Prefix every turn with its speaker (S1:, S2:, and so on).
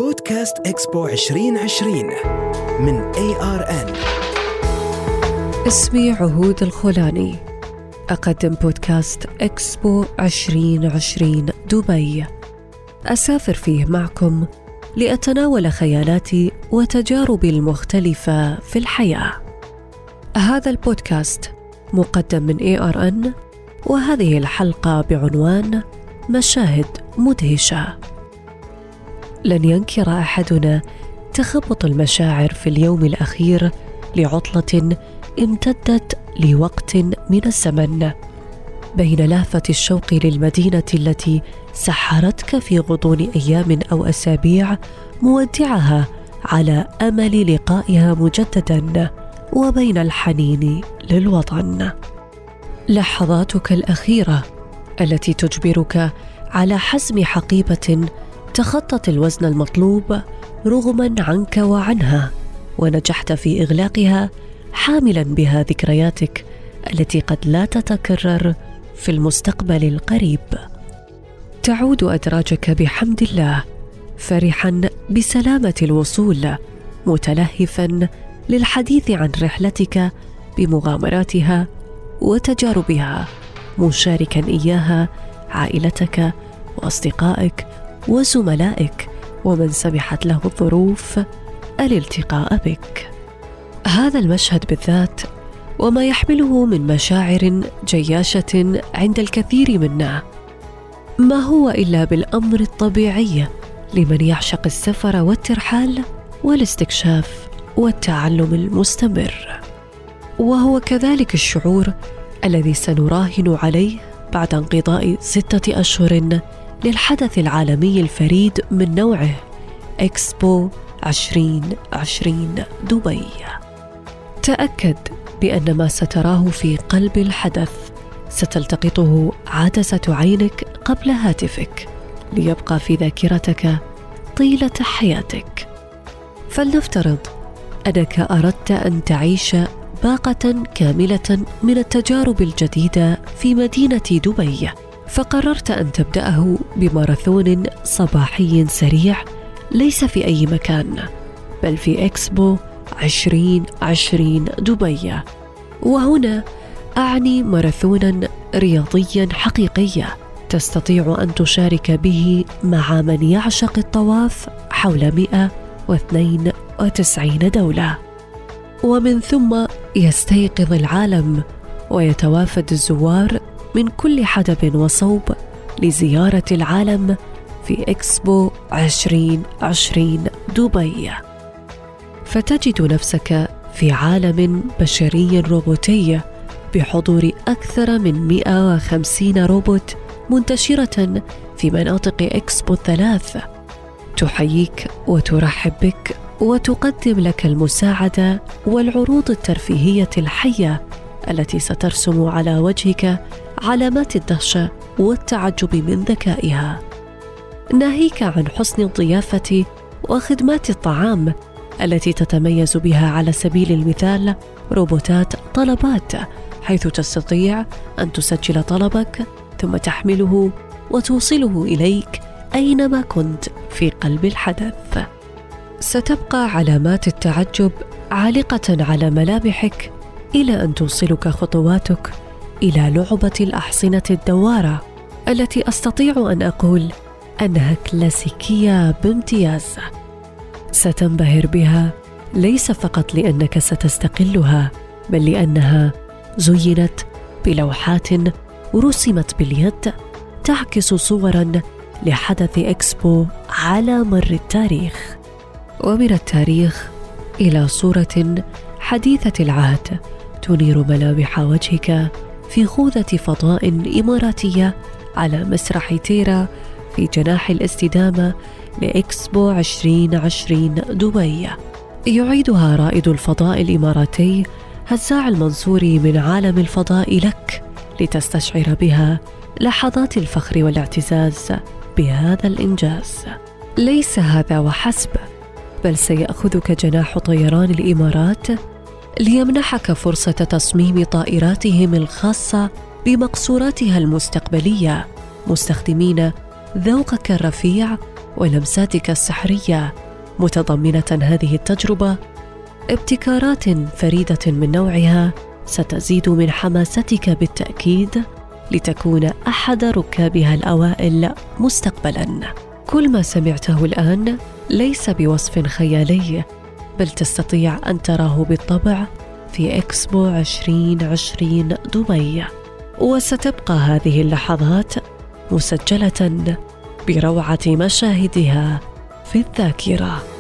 S1: بودكاست إكسبو 2020 من ARN.
S2: اسمي عهود الخولاني، أقدم بودكاست إكسبو 2020 دبي، أسافر فيه معكم لأتناول خيالاتي وتجاربي المختلفة في الحياة. هذا البودكاست مقدم من ARN، وهذه الحلقة بعنوان مشاهد مدهشة. لن ينكر أحدنا تخبط المشاعر في اليوم الأخير لعطلة امتدت لوقت من الزمن، بين لهفة الشوق للمدينة التي سحرتك في غضون أيام أو أسابيع مودعها على أمل لقائها مجددا، وبين الحنين للوطن. لحظاتك الأخيرة التي تجبرك على حزم حقيبة تخطت الوزن المطلوب رغما عنك وعنها، ونجحت في إغلاقها حاملا بها ذكرياتك التي قد لا تتكرر في المستقبل القريب. تعود أدراجك بحمد الله فرحا بسلامة الوصول، متلهفا للحديث عن رحلتك بمغامراتها وتجاربها، مشاركا إياها عائلتك وأصدقائك وزملائك ومن سمحت له الظروف الالتقاء بك. هذا المشهد بالذات وما يحمله من مشاعر جياشة عند الكثير منا ما هو إلا بالأمر الطبيعي لمن يعشق السفر والترحال والاستكشاف والتعلم المستمر، وهو كذلك الشعور الذي سنراهن عليه بعد انقضاء 6 أشهر للحدث العالمي الفريد من نوعه إكسبو 2020 دبي. تأكد بأن ما ستراه في قلب الحدث ستلتقطه عدسة عينك قبل هاتفك ليبقى في ذاكرتك طيلة حياتك. فلنفترض أنك أردت أن تعيش باقة كاملة من التجارب الجديدة في مدينة دبي، فقررت أن تبدأه بماراثون صباحي سريع ليس في أي مكان، بل في إكسبو 2020 دبي. وهنا أعني ماراثونا رياضيا حقيقيا تستطيع أن تشارك به مع من يعشق الطواف حول 192 دولة، ومن ثم يستيقظ العالم ويتوافد الزوار من كل حدب وصوب لزيارة العالم في إكسبو 2020 دبي. فتجد نفسك في عالم بشري روبوتي بحضور أكثر من 150 روبوت منتشرة في مناطق إكسبو 3، تحييك وترحب بك وتقدم لك المساعدة والعروض الترفيهية الحية التي سترسم على وجهك علامات الدهشة والتعجب من ذكائها، ناهيك عن حسن الضيافة وخدمات الطعام التي تتميز بها على سبيل المثال روبوتات طلبات، حيث تستطيع أن تسجل طلبك ثم تحمله وتوصله إليك أينما كنت في قلب الحدث. ستبقى علامات التعجب عالقة على ملامحك إلى أن توصلك خطواتك إلى لعبة الأحصنة الدوارة التي أستطيع أن أقول أنها كلاسيكية بامتياز. ستنبهر بها ليس فقط لأنك ستستقلها، بل لأنها زينت بلوحات رسمت باليد تعكس صوراً لحدث إكسبو على مر التاريخ، ومن التاريخ إلى صورة حديثة العهد تنير ملامح وجهك في خوذة فضاء إماراتية على مسرح تيرا في جناح الاستدامة لإكسبو 2020 دبي. يعيدها رائد الفضاء الإماراتي هزاع المنصوري من عالم الفضاء لك لتستشعر بها لحظات الفخر والاعتزاز بهذا الإنجاز. ليس هذا وحسب، بل سيأخذك جناح طيران الإمارات ليمنحك فرصة تصميم طائراتهم الخاصة بمقصوراتها المستقبلية، مستخدمين ذوقك الرفيع ولمساتك السحرية، متضمنة هذه التجربة ابتكارات فريدة من نوعها ستزيد من حماستك بالتأكيد لتكون أحد ركابها الأوائل مستقبلاً. كل ما سمعته الآن ليس بوصف خيالي، بل تستطيع أن تراه بالطبع في إكسبو 2020 دبي، وستبقى هذه اللحظات مسجلة بروعة مشاهدها في الذاكرة.